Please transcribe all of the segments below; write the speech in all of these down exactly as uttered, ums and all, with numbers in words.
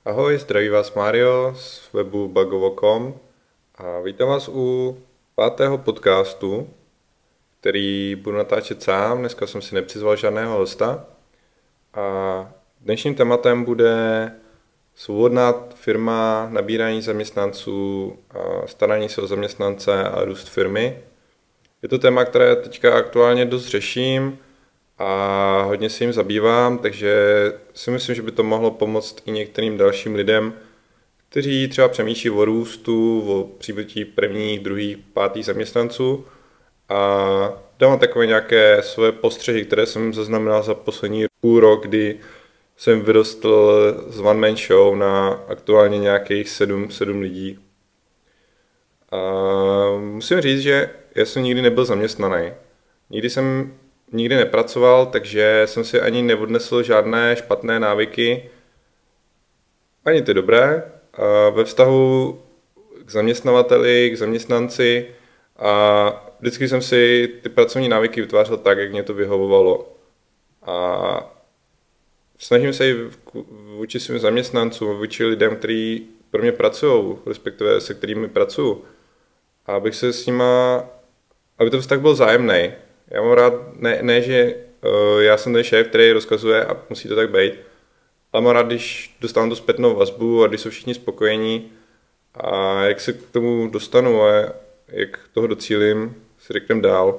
Ahoj, zdraví vás Mario z webu bugovo tečka com a vítám vás u pátého podcastu, který budu natáčet sám. Dneska jsem si nepřizval žádného hosta a dnešním tématem bude svobodná firma, nabírání zaměstnanců, a starání se o zaměstnance a růst firmy. Je to téma, které teďka aktuálně dost řeším a hodně se jim zabývám, takže si myslím, že by to mohlo pomoct i některým dalším lidem, kteří třeba přemýšlí o růstu, o přibytí prvních, druhých, pátých zaměstnanců a dávám takové nějaké své postřehy, které jsem zaznamenal za poslední půl rok, kdy jsem vyrostl z one man show na aktuálně nějakých sedm, sedm lidí. A musím říct, že já jsem nikdy nebyl zaměstnaný. Nikdy jsem nikdy nepracoval, takže jsem si ani neodnesl žádné špatné návyky, ani ty dobré, a ve vztahu k zaměstnavateli, k zaměstnanci a vždycky jsem si ty pracovní návyky vytvářel tak, jak mě to vyhovovalo. A snažím se i vůči svým zaměstnancům, vůči lidem, kteří pro mě pracují, respektive se kterými pracuju, abych se s nima, aby to vztah byl vzájemný. Já mám rád, ne, ne že uh, já jsem ten šéf, který rozkazuje a musí to tak být, ale mám rád, když dostanu tu zpětnou vazbu a když jsou všichni spokojení a jak se k tomu dostanu a jak toho docílím, si řekneme dál.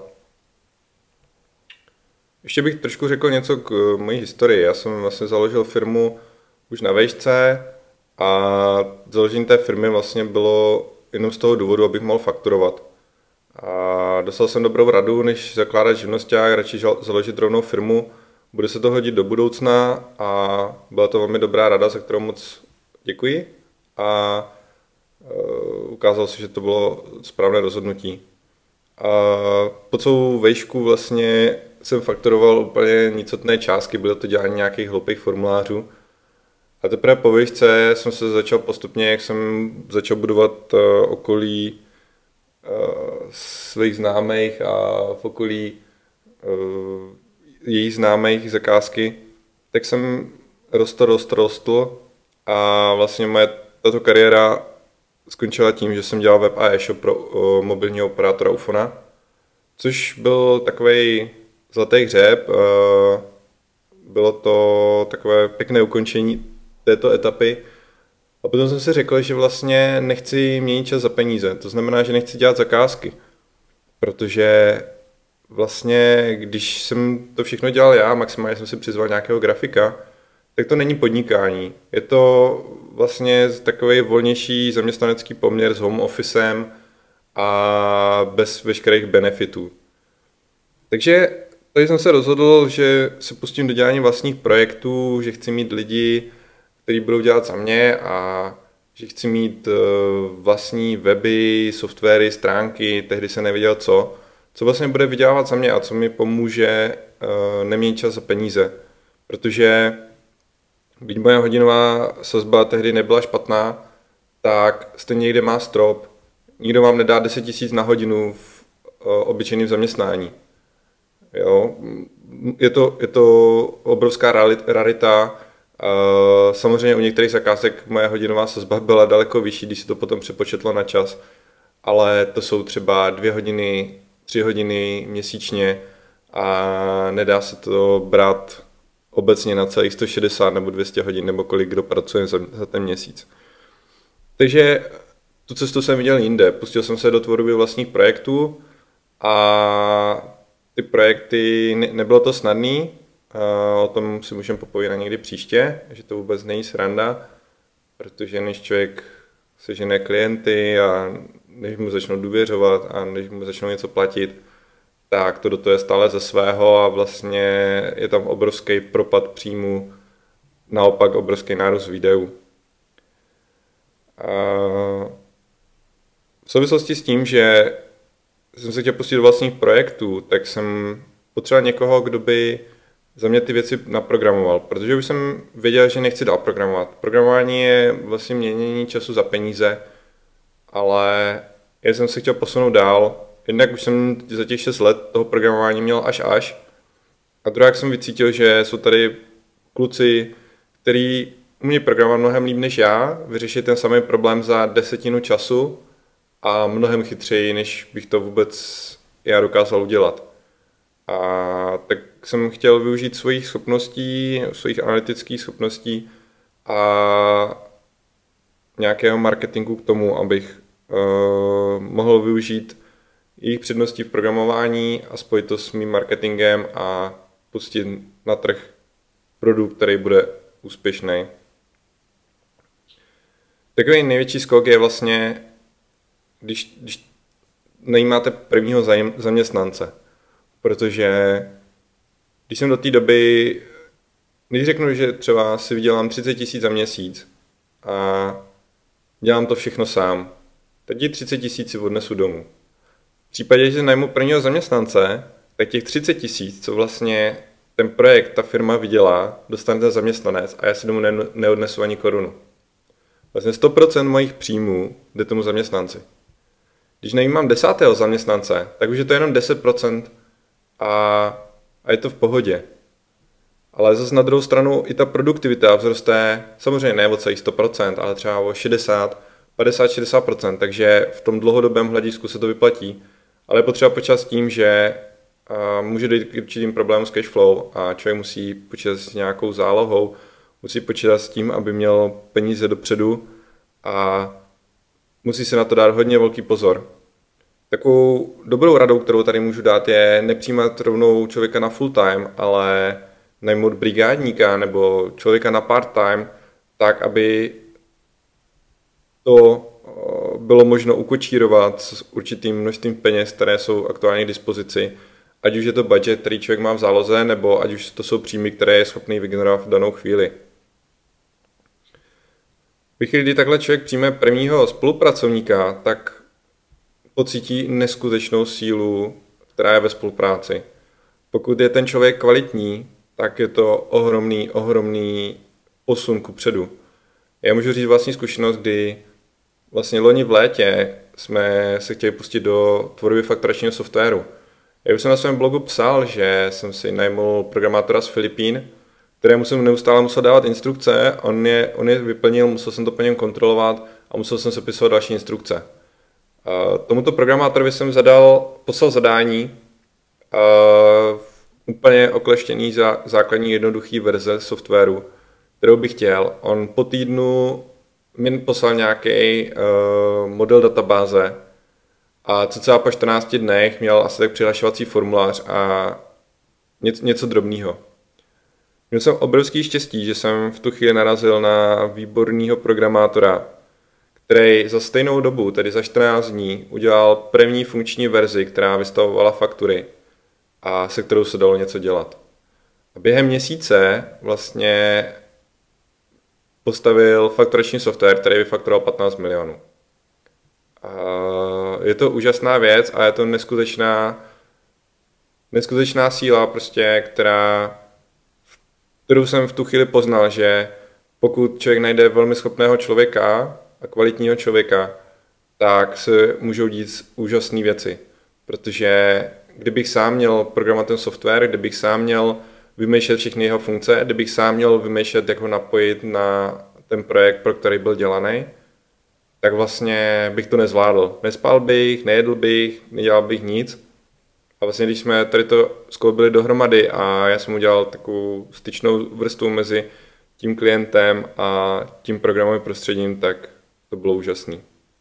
Ještě bych trošku řekl něco k mojí historii. Já jsem vlastně založil firmu už na vejšce a založení té firmy vlastně bylo jenom z toho důvodu, abych mohl fakturovat. A dostal jsem dobrou radu, než zakládat živnosťák, radši založit rovnou firmu. Bude se to hodit do budoucna a byla to velmi dobrá rada, za kterou moc děkuji. A uh, ukázalo se, že to bylo správné rozhodnutí. A po celou vejšku vlastně jsem fakturoval úplně nicotné částky, bylo to dělání nějakých hloupých formulářů. A teprve po výšce jsem se začal postupně, jak jsem začal budovat uh, okolí uh, svých známých a v okolí uh, jejich známých zakázky, tak jsem rostl, rostl, rostl a vlastně moje tato kariéra skončila tím, že jsem dělal web a e-shop pro uh, mobilního operátora Ufona, což byl takovej zlatý hřeb. Uh, bylo to takové pěkné ukončení této etapy. A potom jsem si řekl, že vlastně nechci měnit čas za peníze. To znamená, že nechci dělat zakázky. Protože vlastně, když jsem to všechno dělal já, maximálně jsem si přizval nějakého grafika, tak to není podnikání. Je to vlastně takový volnější zaměstnanecký poměr s home officem a bez veškerých benefitů. Takže tady jsem se rozhodl, že se pustím do dělání vlastních projektů, že chci mít lidi, kteří budou dělat za mě a že chci mít vlastní weby, softwary, stránky, tehdy jsem nevěděl co, co vlastně bude vydělávat za mě a co mi pomůže neměnit čas za peníze. Protože byť moje hodinová sazba tehdy nebyla špatná, tak stejně někde má strop. Nikdo vám nedá deset tisíc na hodinu v obyčejném zaměstnání. Jo? Je to, je to obrovská rarita. Samozřejmě u některých zakázek moje hodinová sazba byla daleko vyšší, když se to potom přepočetlo na čas, ale to jsou třeba dvě hodiny, tři hodiny měsíčně a nedá se to brát obecně na celých sto šedesát nebo dvě stě hodin, nebo kolik kdo pracuje za, za ten měsíc. Takže tu cestu jsem viděl jinde. Pustil jsem se do tvorby vlastních projektů a ty projekty, ne, nebylo to snadný, a o tom si můžeme popovídat někdy příště, že to vůbec není sranda, protože než člověk sežene klienty a než mu začnou důvěřovat a než mu začnou něco platit, tak to do toho je stále ze svého a vlastně je tam obrovský propad příjmu, naopak obrovský nárůst výdajů. A v souvislosti s tím, že jsem se chtěl pustit do vlastních projektů, tak jsem potřeboval někoho, kdo by za mě ty věci naprogramoval, protože už jsem věděl, že nechci dál programovat. Programování je vlastně měnění času za peníze, ale já jsem se chtěl posunout dál. Jednak už jsem za těch šest let toho programování měl až až. A druhá, jak jsem vycítil, že jsou tady kluci, kteří umí programovat mnohem líp než já, vyřešit ten samý problém za desetinu času a mnohem chytřeji, než bych to vůbec já dokázal udělat. A tak jsem chtěl využít svých schopností, svých analytických schopností a nějakého marketingu k tomu, abych uh, mohl využít jejich předností v programování a spojit to s mým marketingem a pustit na trh produkt, který bude úspěšný. Takový největší skok je vlastně, když, když najímáte prvního zaměstnance, protože když jsem do té doby, když řeknu, že třeba si vydělám třicet tisíc za měsíc a dělám to všechno sám, tak těch třicet tisíc si odnesu domů. V případě, že najmu prvního zaměstnance, tak těch třicet tisíc, co vlastně ten projekt, ta firma vydělá, dostane ten zaměstnanec a já si domů ne- neodnesu ani korunu. Vlastně sto procent mojich příjmů jde tomu zaměstnanci. Když najímám desátého zaměstnance, tak už je to jenom deset procent a, a je to v pohodě. Ale zase na druhou stranu i ta produktivita vzroste, samozřejmě ne o celých sto procent, ale třeba o šedesát, padesát, šedesát procent, takže v tom dlouhodobém hledisku se to vyplatí. Ale je potřeba počítat s tím, že a, může dojít k určitým problémům s cash flow a člověk musí počítat s nějakou zálohou, musí počítat s tím, aby měl peníze dopředu a musí se na to dát hodně velký pozor. Takovou dobrou radou, kterou tady můžu dát, je nepřijímat rovnou člověka na full time, ale najmout brigádníka nebo člověka na part time, tak, aby to bylo možno ukočírovat s určitým množstvím peněz, které jsou aktuálně k dispozici. Ať už je to budget, který člověk má v záloze, nebo ať už to jsou příjmy, které je schopný vygenerovat v danou chvíli. Ve chvíli, kdy takhle člověk přijme prvního spolupracovníka, tak pocítí neskutečnou sílu, která je ve spolupráci. Pokud je ten člověk kvalitní, tak je to ohromný, ohromný posun kupředu. Já můžu říct vlastní zkušenost, kdy vlastně loni v létě jsme se chtěli pustit do tvorby fakturačního softwaru. Já už jsem na svém blogu psal, že jsem si najmul programátora z Filipín, kterému jsem neustále musel dávat instrukce, on je, on je vyplnil, musel jsem to po něm kontrolovat a musel jsem sepisovat další instrukce. Uh, tomuto programátorovi jsem zadal, poslal zadání, uh, úplně okleštěný za základní jednoduchý verze softwaru, kterou bych chtěl. On po týdnu mi poslal nějaký uh, model databáze a cca po čtrnácti dnech měl asi tak přihlašovací formulář a něco, něco drobného. Měl jsem obrovský štěstí, že jsem v tu chvíli narazil na výborného programátora, který za stejnou dobu, tedy za čtrnáct dní, udělal první funkční verzi, která vystavovala faktury a se kterou se dalo něco dělat. A během měsíce vlastně postavil fakturační software, který vyfakturoval patnáct milionů. A je to úžasná věc a je to neskutečná, neskutečná síla, prostě, která, kterou jsem v tu chvíli poznal, že pokud člověk najde velmi schopného člověka a kvalitního člověka, tak se můžou dít úžasné věci. Protože kdybych sám měl programovat ten software, kdybych sám měl vymýšlet všechny jeho funkce, kdybych sám měl vymýšlet, jak ho napojit na ten projekt, pro který byl dělaný, tak vlastně bych to nezvládl. Nespal bych, nejedl bych, nedělal bych nic. A vlastně když jsme tady to skloubili dohromady a já jsem udělal takovou styčnou vrstvu mezi tím klientem a tím programovým prostředím, tak to bylo úžasný.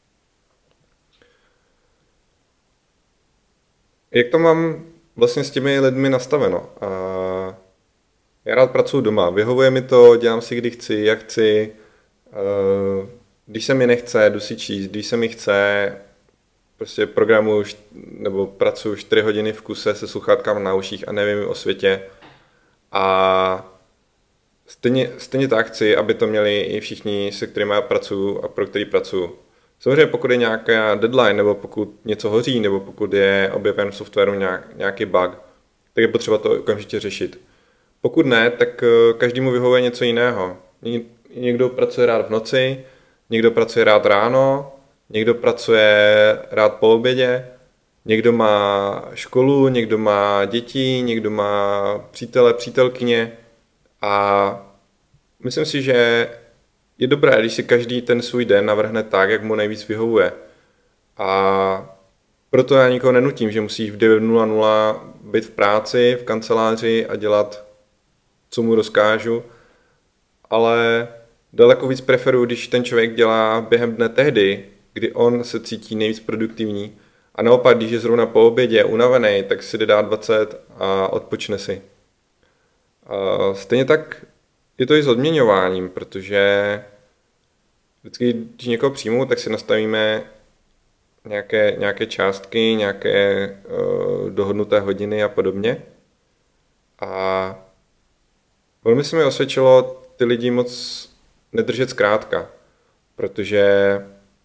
Jak to mám vlastně s těmi lidmi nastaveno? A já rád pracuji doma, vyhovuje mi to, dělám si, kdy chci, jak chci. Když se mi nechce, jdu si číst, když se mi chce, prostě programuji nebo pracuji čtyři hodiny v kuse se sluchátkami na uších a nevím o světě. A stejně, stejně tak chci, aby to měli i všichni, se kterými já pracuji a pro který pracuji. Samozřejmě pokud je nějaká deadline, nebo pokud něco hoří, nebo pokud je objeven v softwaru nějaký bug, tak je potřeba to okamžitě řešit. Pokud ne, tak každému vyhovuje něco jiného. Někdo pracuje rád v noci, někdo pracuje rád ráno, někdo pracuje rád po obědě, někdo má školu, někdo má děti, někdo má přítele, přítelkyně a myslím si, že je dobré, když si každý ten svůj den navrhne tak, jak mu nejvíc vyhovuje. A proto já nikoho nenutím, že musíš v devět nula nula být v práci, v kanceláři a dělat, co mu rozkážu, ale daleko víc preferuji, když ten člověk dělá během dne tehdy, kdy on se cítí nejvíc produktivní, a naopak, když je zrovna po obědě unavený, tak si jde dát dvacet a odpočne si. A stejně tak je to i s odměňováním, protože vždycky, když někoho přijmu, tak si nastavíme nějaké, nějaké částky, nějaké uh, dohodnuté hodiny a podobně. A velmi se mi osvědčilo ty lidi moc nedržet zkrátka, protože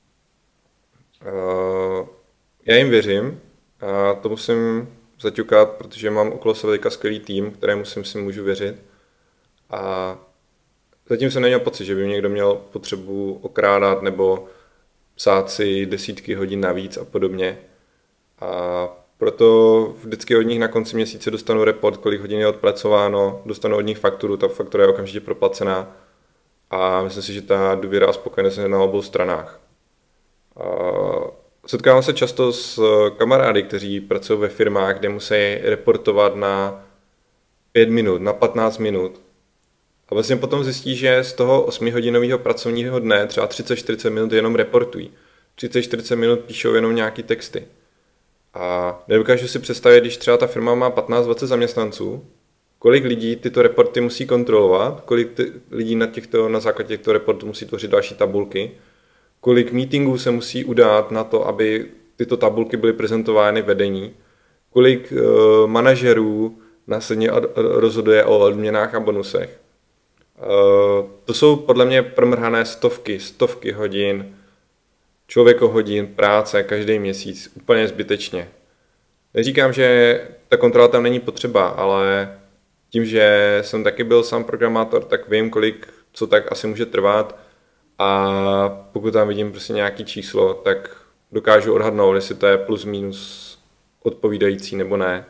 uh, já jim věřím a to musím zaťukat, protože mám okolo sebe teďka skvělý tým, kterému si si můžu věřit. A zatím jsem neměl pocit, že by mě někdo měl potřebu okrádat nebo psát si desítky hodin navíc a podobně. A proto vždycky od nich na konci měsíce dostanu report, kolik hodin je odpracováno, dostanu od nich fakturu, ta faktura je okamžitě proplacená a myslím si, že ta důvěra a spokojenost je na obou stranách. A setkávám se často s kamarády, kteří pracují ve firmách, kde musí reportovat na pět minut, na patnáct minut. A vlastně potom zjistí, že z toho osmihodinového pracovního dne třeba třicet čtyřicet minut jenom reportují. třicet čtyřicet minut píšou jenom nějaký texty. A nedokážu si představit, když třeba ta firma má patnáct dvacet zaměstnanců, kolik lidí tyto reporty musí kontrolovat, kolik ty, lidí na, těchto, na základě těchto reportů musí tvořit další tabulky, kolik meetingů se musí udát na to, aby tyto tabulky byly prezentovány vedení, kolik uh, manažerů následně rozhoduje o odměnách a bonusech. Uh, to jsou podle mě promrhané stovky, stovky hodin, člověkohodin práce každý měsíc, úplně zbytečně. Neříkám, že ta kontrola tam není potřeba, ale tím, že jsem taky byl sám programátor, tak vím, kolik, co tak asi může trvat a pokud tam vidím prostě nějaký číslo, tak dokážu odhadnout, jestli to je plus minus odpovídající nebo ne.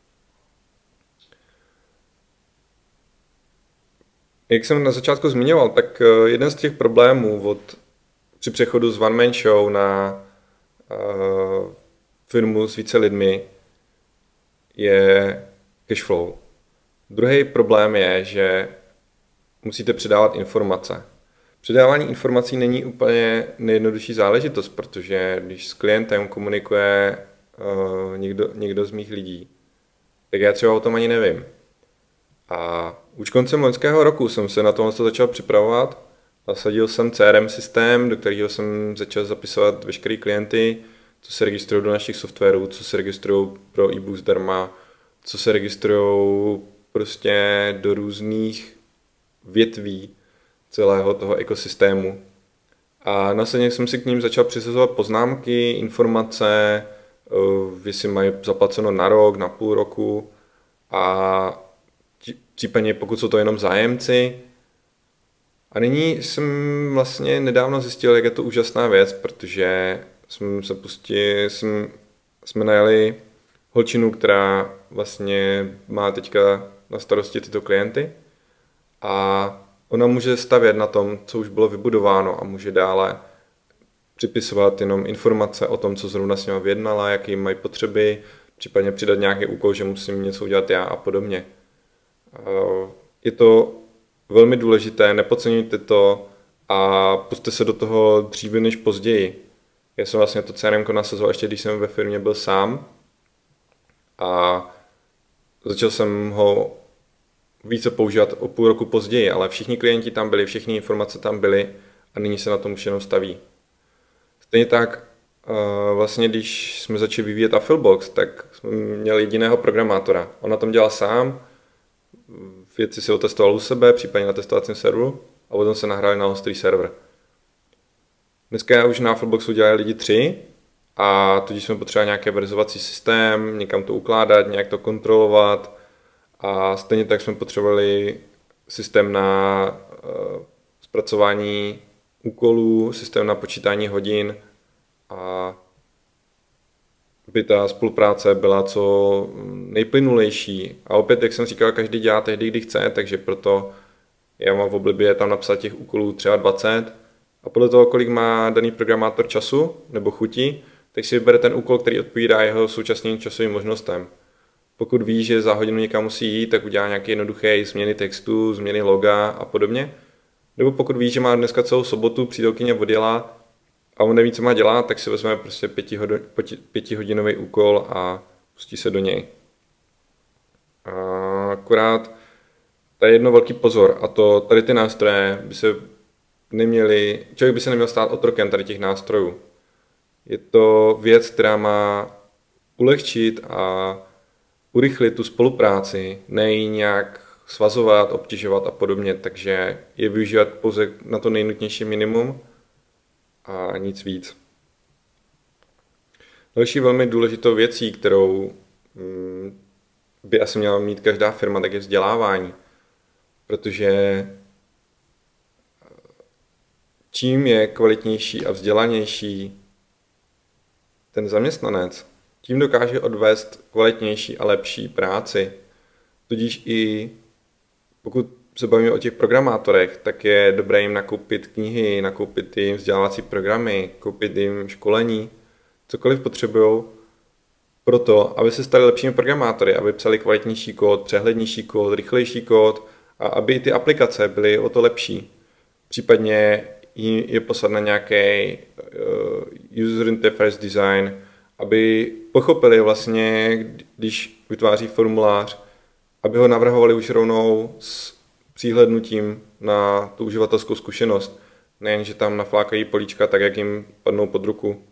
Jak jsem na začátku zmiňoval, tak jeden z těch problémů od, při přechodu z one man show na uh, firmu s více lidmi je cash flow. Druhý problém je, že musíte předávat informace. Předávání informací není úplně nejjednodušší záležitost, protože když s klientem komunikuje uh, někdo, někdo z mých lidí, tak já třeba o tom ani nevím. A už koncem loňského roku jsem se na tohle začal připravovat. Nasadil jsem C R M systém, do kterého jsem začal zapisovat veškeré klienty, co se registrují do našich softwarů, co se registrují pro e-book zdarma, co se registrují prostě do různých větví celého toho ekosystému. A následně jsem si k ním začal přisazovat poznámky, informace, jestli mají zaplaceno na rok, na půl roku a případně pokud jsou to jenom zájemci. A nyní jsem vlastně nedávno zjistil, jak je to úžasná věc, protože jsme se pustili, jsme, jsme najali holčinu, která vlastně má teďka na starosti tyto klienty a ona může stavět na tom, co už bylo vybudováno a může dále připisovat jenom informace o tom, co zrovna s nimi vyjednala, jaký mají potřeby, případně přidat nějaký úkol, že musím něco udělat já a podobně. Je to velmi důležité, nepodceňujte to a pusťte se do toho dříve než později. Já jsem vlastně to C R M nasazoval ještě, když jsem ve firmě byl sám a začal jsem ho více používat o půl roku později, ale všichni klienti tam byli, všechny informace tam byly a nyní se na tom už jenom staví. Stejně tak vlastně, když jsme začali vyvíjet Affilbox, tak jsme měli jediného programátora. On na tom dělal sám, věci si otestoval u sebe, případně na testovacím serveru a potom se nahráli na ostrý server. Dneska už na Affilboxu dělají lidi tři a tudíž jsme potřebovali nějaký verzovací systém, někam to ukládat, nějak to kontrolovat a stejně tak jsme potřebovali systém na uh, zpracování úkolů, systém na počítání hodin a by ta spolupráce byla co nejplynulejší. A opět, jak jsem říkal, každý dělá tehdy, kdy chce, takže proto Já mám v oblibě tam napsat těch úkolů třeba dvacet a podle toho, kolik má daný programátor času nebo chutí, tak si vybere ten úkol, který odpovídá jeho současným časovým možnostem. Pokud ví, že za hodinu někam musí jít, tak udělá nějaké jednoduché změny textu, změny loga a podobně. Nebo pokud ví, že má dneska celou sobotu, přítelkyně odjela a on neví, co má dělat, tak si vezme prostě pětihodinový úkol a pustí se do něj. A akorát tady je jedno velký pozor a to tady ty nástroje by se neměly, člověk by se neměl stát otrokem tady těch nástrojů. Je to věc, která má ulehčit a urychlit tu spolupráci, ne ji nějak svazovat, obtěžovat a podobně, takže je využívat pouze na to nejnutnější minimum a nic víc. Další velmi důležitou věcí, kterou by asi měla mít každá firma, tak je vzdělávání. Protože čím je kvalitnější a vzdělanější ten zaměstnanec, tím dokáže odvést kvalitnější a lepší práci. Tudíž i pokud se bavíme o těch programátorech, tak je dobré jim nakoupit knihy, nakoupit jim vzdělávací programy, koupit jim školení, cokoliv potřebují pro to, aby se stali lepšími programátory, aby psali kvalitnější kód, přehlednější kód, rychlejší kód a aby ty aplikace byly o to lepší. Případně je poslat na nějaký user interface design, aby pochopili vlastně, když vytváří formulář, aby ho navrhovali už rovnou s přihlédnutím na tu uživatelskou zkušenost. Nejen, že tam naflákají políčka tak, jak jim padnou pod ruku.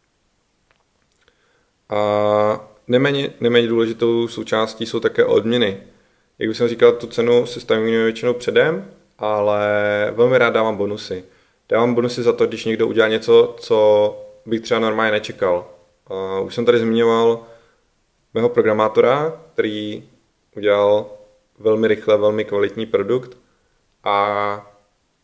A neméně, neméně důležitou součástí jsou také odměny. Jak už jsem říkal, tu cenu si stavíme většinou předem, ale velmi rád dávám bonusy. Dávám bonusy za to, když někdo udělá něco, co bych třeba normálně nečekal. Uh, už jsem tady zmiňoval mého programátora, který udělal velmi rychle, velmi kvalitní produkt a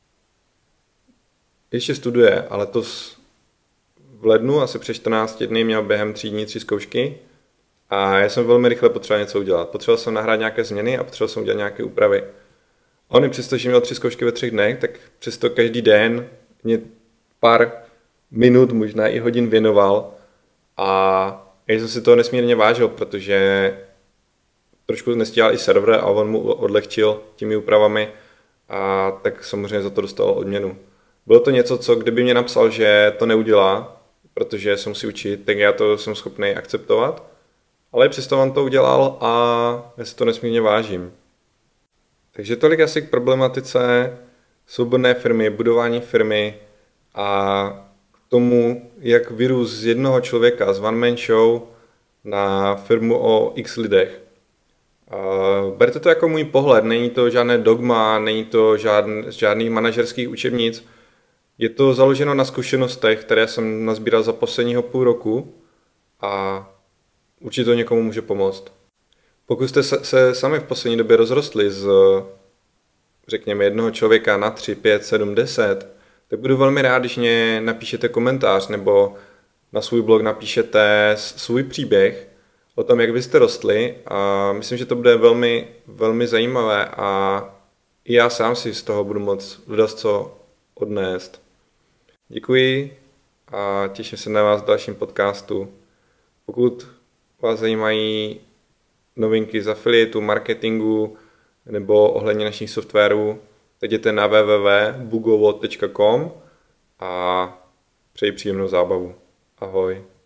ještě studuje, ale to v lednu, asi před čtrnácti dny, měl během tří dní tři zkoušky a já jsem velmi rychle potřeboval něco udělat. Potřeboval jsem nahrát nějaké změny a potřeboval jsem udělat nějaké úpravy. On i přesto, že měl tři zkoušky ve třech dnech, tak přesto každý den mě pár minut, možná i hodin věnoval a já jsem si toho nesmírně vážil, protože trošku nestíhal i server a on mu odlehčil těmi úpravami a tak samozřejmě za to dostal odměnu. Bylo to něco, co kdyby mě napsal, že to neudělá, protože se musí učit, tak já to jsem schopný akceptovat, ale přesto on to udělal a já si to nesmírně vážím. Takže tolik asi k problematice svobodné firmy, budování firmy a k tomu, jak vyrůst z jednoho člověka, z one man show na firmu o x lidech. Berte to jako můj pohled, není to žádné dogma, není to žádný, žádných manažerských učebnic. Je to založeno na zkušenostech, které jsem nazbíral za posledního půl roku a určitě to někomu může pomoct. Pokud jste se, se sami v poslední době rozrostli z, řekněme, jednoho člověka na tři, pět, sedm, deset, tak budu velmi rád, když mě napíšete komentář nebo na svůj blog napíšete svůj příběh o tom, jak vy jste rostli a myslím, že to bude velmi, velmi zajímavé a i já sám si z toho budu moct dost co odnést. Děkuji a těším se na vás v dalším podcastu. Pokud vás zajímají novinky z affiliatu, marketingu nebo ohledně našich softwarů, tak jděte na w w w tečka bugovo tečka com a přeji příjemnou zábavu. Ahoj.